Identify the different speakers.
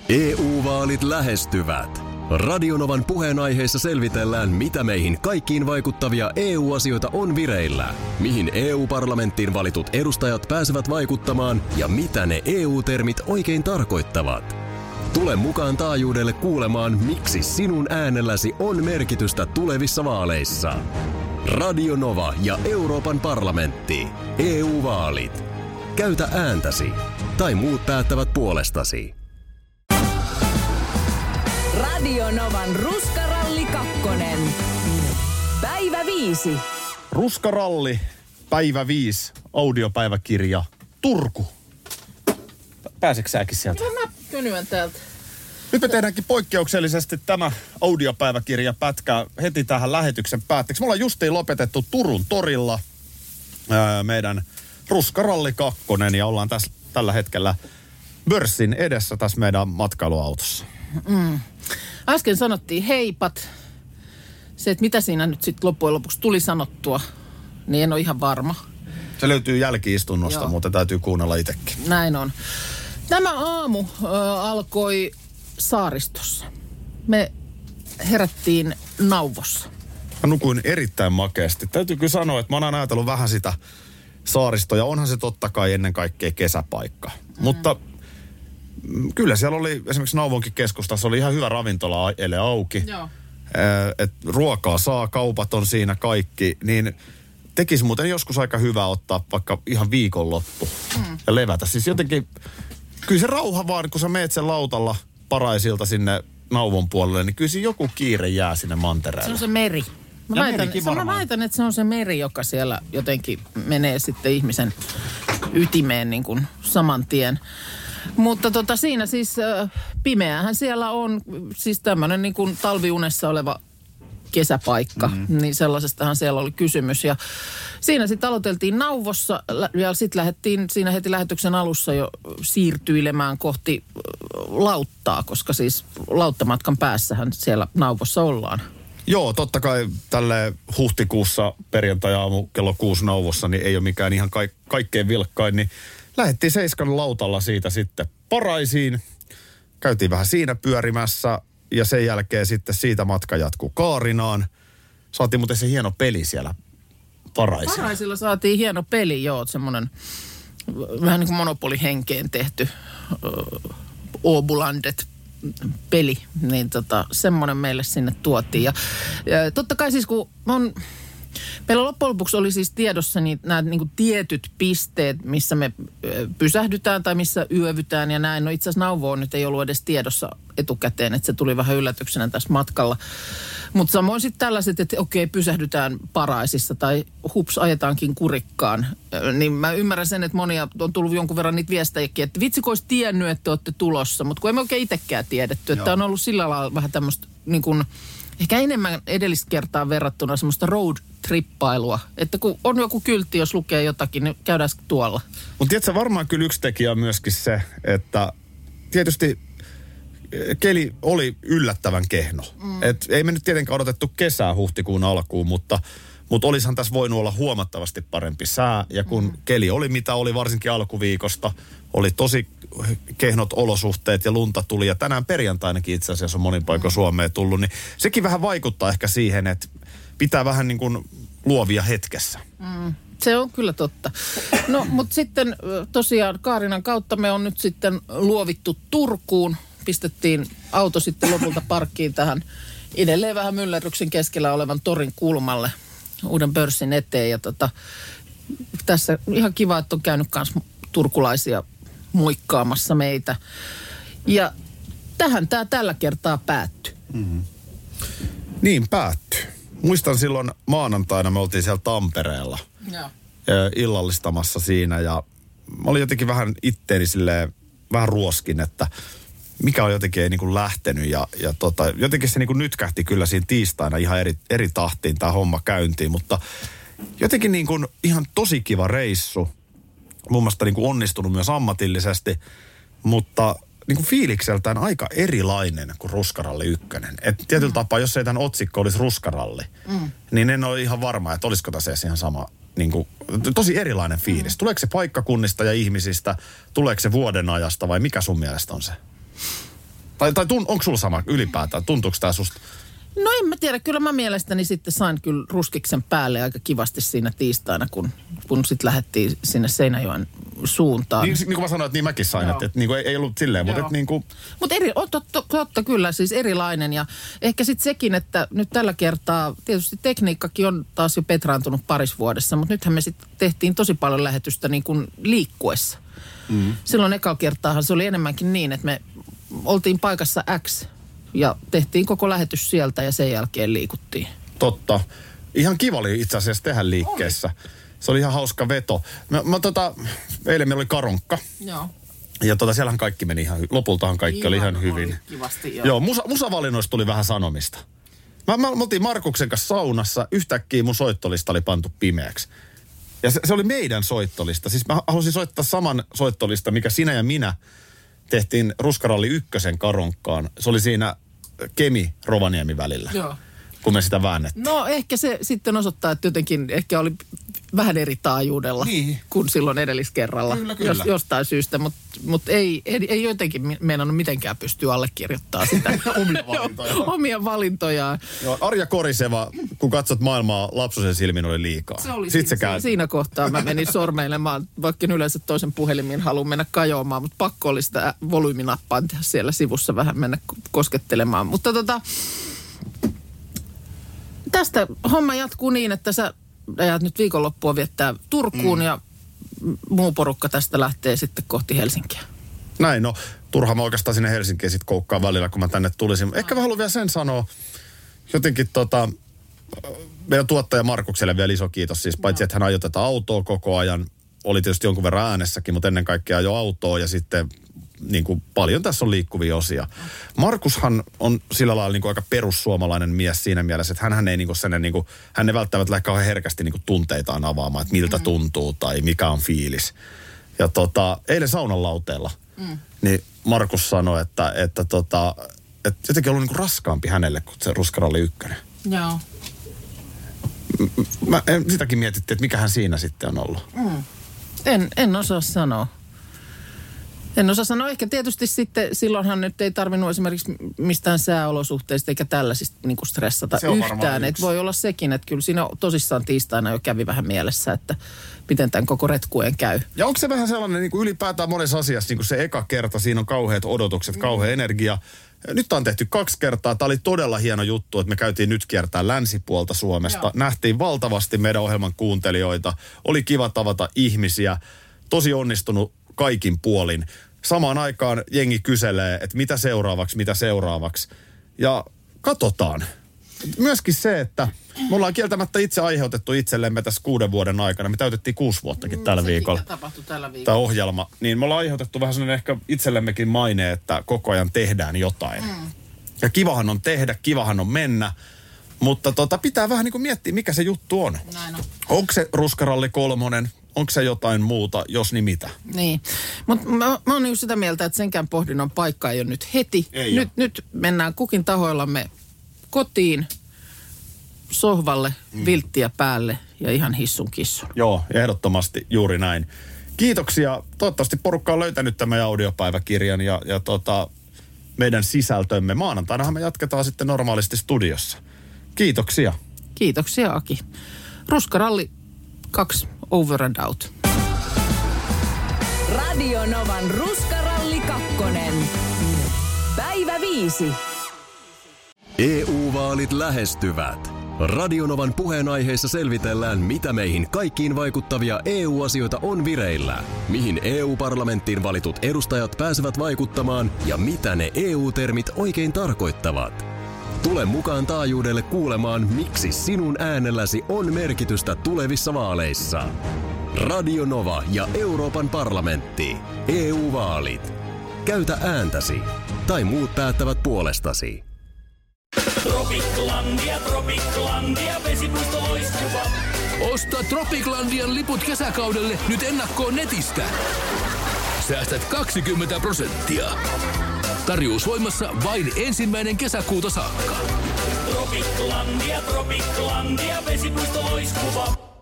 Speaker 1: EU-vaalit lähestyvät. Radionovan puheenaiheessa selvitellään, mitä meihin kaikkiin vaikuttavia EU-asioita on vireillä, mihin EU-parlamenttiin valitut edustajat pääsevät vaikuttamaan ja mitä ne EU-termit oikein tarkoittavat. Tule mukaan taajuudelle kuulemaan, miksi sinun äänelläsi on merkitystä tulevissa vaaleissa. Radio Nova ja Euroopan parlamentti. EU-vaalit. Käytä ääntäsi. Tai muut päättävät puolestasi.
Speaker 2: Radio Novan Ruskaralli 2. Päivä 5.
Speaker 3: Ruskaralli, päivä 5, audiopäiväkirja, Turku. Pääseekö säkin sieltä?
Speaker 4: Mä könyän täältä.
Speaker 3: Nyt me tehdäänkin poikkeuksellisesti tämä audiopäiväkirja pätkää heti tähän lähetyksen päätteeksi. Me ollaan justiin lopetettu Turun torilla meidän Ruskaralli 2 ja ollaan tässä tällä hetkellä Börssin edessä tässä meidän matkailuautossa.
Speaker 4: Äsken sanottiin heipat. Se, että mitä siinä nyt sitten loppujen lopuksi tuli sanottua, niin en ole ihan varma.
Speaker 3: Se löytyy jälki-istunnosta,
Speaker 4: Joo.
Speaker 3: Mutta täytyy kuunnella itsekin.
Speaker 4: Näin on. Tämä aamu alkoi saaristossa. Me herättiin Nauvossa.
Speaker 3: Mä nukuin erittäin makeasti. Täytyy kyllä sanoa, että mä oon ajatellut vähän sitä saaristoa, ja onhan se totta kai ennen kaikkea kesäpaikka. Mutta kyllä siellä oli esimerkiksi Nauvonkin keskustassa oli ihan hyvä ravintola ele auki.
Speaker 4: Joo.
Speaker 3: Et ruokaa saa, kaupat on siinä kaikki, niin tekisi muuten joskus aika hyvä ottaa vaikka ihan viikonloppu ja levätä. Siis jotenkin, kyllä se rauha vaan, kun sä meet sen lautalla Paraisilta sinne Nauvon puolelle, niin kyllä se joku kiire jää sinne mantereelle.
Speaker 4: Se on se meri. Mä väitän, että se on se meri, joka siellä jotenkin menee sitten ihmisen ytimeen niin kuin saman tien. Mutta siinä siis pimeähän siellä on siis tämmöinen niin kuin talviunessa oleva kesäpaikka. Niin sellaisestahan siellä oli kysymys. Ja siinä sitten aloiteltiin Nauvossa ja sitten lähdettiin siinä heti lähetyksen alussa jo siirtyilemään kohti lauttaa, koska siis lauttamatkan päässähän siellä Nauvossa ollaan.
Speaker 3: Joo, totta kai tälle huhtikuussa perjantai-aamu kello 6 Nauvossa, niin ei ole mikään ihan kaikkein vilkkain, niin lähdettiin 7 lautalla siitä sitten Paraisiin. Käytiin vähän siinä pyörimässä ja sen jälkeen sitten siitä matka jatkuu Kaarinaan. Saatiin muuten se hieno peli siellä Paraisilla.
Speaker 4: Paraisilla saatiin hieno peli, joo, semmoinen vähän niin kuin Monopoly-henkeen tehty Åbolandet peli, niin semmoinen meille sinne tuotiin. Ja totta kai siis kun meillä loppujen lopuksi oli siis tiedossa nämä niin tietyt pisteet, missä me pysähdytään tai missä yövytään ja näin. No itse asiassa Nauvoa nyt ei ollut edes tiedossa etukäteen, että se tuli vähän yllätyksenä tässä matkalla. Mutta samoin sitten tällaiset, että okei, pysähdytään Paraisissa tai hups, ajetaankin Kurikkaan. Niin mä ymmärrän sen, että monia on tullut jonkun verran niitä viestejäkin, että vitsi kun olisi tiennyt, että olette tulossa. Mutta kun emme oikein itsekään tiedetty, että on ollut sillä lailla vähän tämmöistä niin kuin ehkä enemmän edellistä kertaa verrattuna semmoista road-trippailua. Että kun on joku kyltti, jos lukee jotakin, niin käydään tuolla. Mutta
Speaker 3: tiedätkö, varmaan kyllä yksi tekijä on myöskin se, että tietysti keli oli yllättävän kehno. Et ei me nyt tietenkään odotettu kesää huhtikuun alkuun, mutta olisihan tässä voinut olla huomattavasti parempi sää. Ja kun keli oli mitä oli, varsinkin alkuviikosta, oli tosi kehnot olosuhteet ja lunta tuli. Ja tänään perjantainakin itse asiassa on monin paikoin Suomeen tullut, niin sekin vähän vaikuttaa ehkä siihen, että pitää vähän niin kuin luovia hetkessä.
Speaker 4: Se on kyllä totta. No, mutta sitten tosiaan Kaarinan kautta me on nyt sitten luovittu Turkuun. Pistettiin auto sitten lopulta parkkiin tähän edelleen vähän myllerryksen keskellä olevan torin kulmalle uuden Börssin eteen. Ja tässä ihan kiva, että on käynyt myös turkulaisia moikkaamassa meitä. Ja tähän tämä tällä kertaa päättyi.
Speaker 3: Niin päättyi. Muistan silloin maanantaina me oltiin siellä Tampereella illallistamassa siinä ja mä olin jotenkin vähän itteeni silleen vähän ruoskin, että mikä on jotenkin ei niin kuin lähtenyt ja jotenkin se niin kuin nytkähti kyllä siinä tiistaina ihan eri tahtiin tämä homma käyntiin, mutta jotenkin niin kuin ihan tosi kiva reissu. Mun mielestä niin kuin onnistunut myös ammatillisesti, mutta niin kuin fiilikseltään aika erilainen kuin Ruskaralli 1. Et tietyllä tapaa, jos ei tämän otsikko olisi Ruskaralli, niin en ole ihan varma, että olisiko tässä edes ihan sama, niin kuin, tosi erilainen fiilis. Tuleeko se paikkakunnista ja ihmisistä, tuleeko se vuodenajasta vai mikä sun mielestä on se? onko sulla sama ylipäätään? Tuntuuko tää susta?
Speaker 4: No en mä tiedä. Kyllä mä mielestäni sitten sain kyllä ruskiksen päälle aika kivasti siinä tiistaina, kun sitten lähdettiin sinne Seinäjoen suuntaan.
Speaker 3: Niin kuin mä sanoin, että niin mäkin sain, että niin kuin ei ollut silleen, mutta niin kuin...
Speaker 4: Mutta totta kyllä, siis erilainen. Ja ehkä sitten sekin, että nyt tällä kertaa, tietysti tekniikkakin on taas jo petraantunut parissa vuodessa, mutta nythän me sitten tehtiin tosi paljon lähetystä niin kuin liikkuessa. Silloin ekalla kertaahan se oli enemmänkin niin, että me oltiin paikassa X ja tehtiin koko lähetys sieltä ja sen jälkeen liikuttiin.
Speaker 3: Totta. Ihan kiva oli itse asiassa tehdä liikkeessä. Se oli ihan hauska veto. Eilen meillä oli karonkka.
Speaker 4: Joo.
Speaker 3: Ja siellähän kaikki meni lopultahan kaikki oli ihan hyvin.
Speaker 4: Kivasti,
Speaker 3: joo, musavalinnoista tuli vähän sanomista. Me oltiin Markuksen kanssa saunassa, yhtäkkiä mun soittolista oli pantu pimeäksi. Ja se oli meidän soittolista. Siis mä halusin soittaa saman soittolista, mikä sinä ja minä tehtiin Ruskaralli 1 karonkkaan. Se oli siinä Kemi-Rovaniemi välillä. Joo. Kun me sitä väännettiin. No ehkä se sitten osoittaa, että jotenkin ehkä oli vähän eri taajuudella kuin silloin edelliskerralla. Kyllä. Jostain syystä, mutta ei jotenkin meinannut mitenkään pystyä allekirjoittamaan sitä. Omia valintojaan. Joo, Arja Koriseva, kun katsot maailmaa lapsusen silmin, oli liikaa.
Speaker 4: Se oli siinä kohtaa mä menin sormeilemaan, vaikka yleensä toisen puhelimin haluan mennä kajoamaan, mutta pakko oli sitä volyyminappaan tehdä siellä sivussa vähän mennä koskettelemaan. Mutta tästä homma jatkuu niin, että sä ajat nyt viikonloppua viettää Turkuun ja muu porukka tästä lähtee sitten kohti Helsinkiä.
Speaker 3: Näin, no turha mä oikeastaan sinne Helsinkiin sitten koukkaan välillä, kun mä tänne tulisin. Ehkä mä haluan vielä sen sanoa, jotenkin meidän tuottaja Markukselle vielä iso kiitos. Siis paitsi, että hän ajoi tätä autoa koko ajan, oli tietysti jonkun verran äänessäkin, mutta ennen kaikkea ajoi autoa ja sitten niin kuin paljon tässä on liikkuvia osia. Markushan on sillä lailla niin kuin aika perussuomalainen mies siinä mielessä, että hänhän ei, niin kuin niin kuin, hän ei välttämättä lähde kauhean herkästi niin kuin tunteitaan avaamaan, että miltä tuntuu tai mikä on fiilis. Ja eilen saunan lauteella, niin Markus sanoi, että jotenkin on ollut niin kuin raskaampi hänelle kuin se Ruskaralli 1.
Speaker 4: Joo.
Speaker 3: Sitäkin mietittiin, että mikähän siinä sitten on ollut.
Speaker 4: En osaa sanoa. En osaa sanoa. Ehkä tietysti sitten silloinhan nyt ei tarvinnut esimerkiksi mistään sääolosuhteista eikä tällaisista niin kuin stressata yhtään. Että voi olla sekin, että kyllä siinä tosissaan tiistaina jo kävi vähän mielessä, että miten tämän koko retkujen käy.
Speaker 3: Ja onko se vähän sellainen niin kuin ylipäätään monessa asiassa, niin kuin se eka kerta, siinä on kauheat odotukset, kauhea energia. Nyt on tehty 2 kertaa. Tämä oli todella hieno juttu, että me käytiin nyt kiertää länsipuolta Suomesta. Joo. Nähtiin valtavasti meidän ohjelman kuuntelijoita. Oli kiva tavata ihmisiä. Tosi onnistunut kaikin puolin. Samaan aikaan jengi kyselee, että mitä seuraavaksi. Ja katsotaan. Myöskin se, että me ollaan kieltämättä itse aiheutettu itsellemme tässä 6 vuoden aikana. Me täytettiin 6 vuottakin tällä viikolla.
Speaker 4: Tapahtui tällä viikolla.
Speaker 3: Tämä ohjelma. Niin me ollaan aiheutettu vähän sellainen ehkä itsellemmekin maine, että koko ajan tehdään jotain. Ja kivahan on tehdä, kivahan on mennä. Mutta pitää vähän niin kuin miettiä, mikä se juttu on.
Speaker 4: Näin on.
Speaker 3: Onko se Ruskaralli 3? Onko se jotain muuta, jos niin mitä?
Speaker 4: Niin, mutta mä oon just sitä mieltä, että senkään pohdinnon paikka ei ole nyt heti. Nyt mennään kukin tahoillamme kotiin, sohvalle, vilttiä päälle ja ihan hissun kissun.
Speaker 3: Joo, ehdottomasti juuri näin. Kiitoksia. Toivottavasti porukka on löytänyt tämän audiopäiväkirjan ja meidän sisältömme. Maanantainahan me jatketaan sitten normaalisti studiossa. Kiitoksia.
Speaker 4: Kiitoksia, Aki. Ruskaralli 2 over and out.
Speaker 2: Radio Novan Ruskaralli 2. Päivä 5.
Speaker 1: EU-vaalit lähestyvät. Radio Novan puheenaiheessa selvitellään, mitä meihin kaikkiin vaikuttavia EU-asioita on vireillä, mihin EU-parlamenttiin valitut edustajat pääsevät vaikuttamaan ja mitä ne EU-termit oikein tarkoittavat. Tule mukaan taajuudelle kuulemaan, miksi sinun äänelläsi on merkitystä tulevissa vaaleissa. Radio Nova ja Euroopan parlamentti. EU-vaalit. Käytä ääntäsi. Tai muut päättävät puolestasi.
Speaker 5: Tropiclandia, vesipuisto loistuva. Osta Tropiclandian liput kesäkaudelle nyt ennakkoon netistä. Säästät 20%. Tarjous voimassa vain 1. kesäkuuta saakka. Tropiclandia, vesipuisto loiskuva.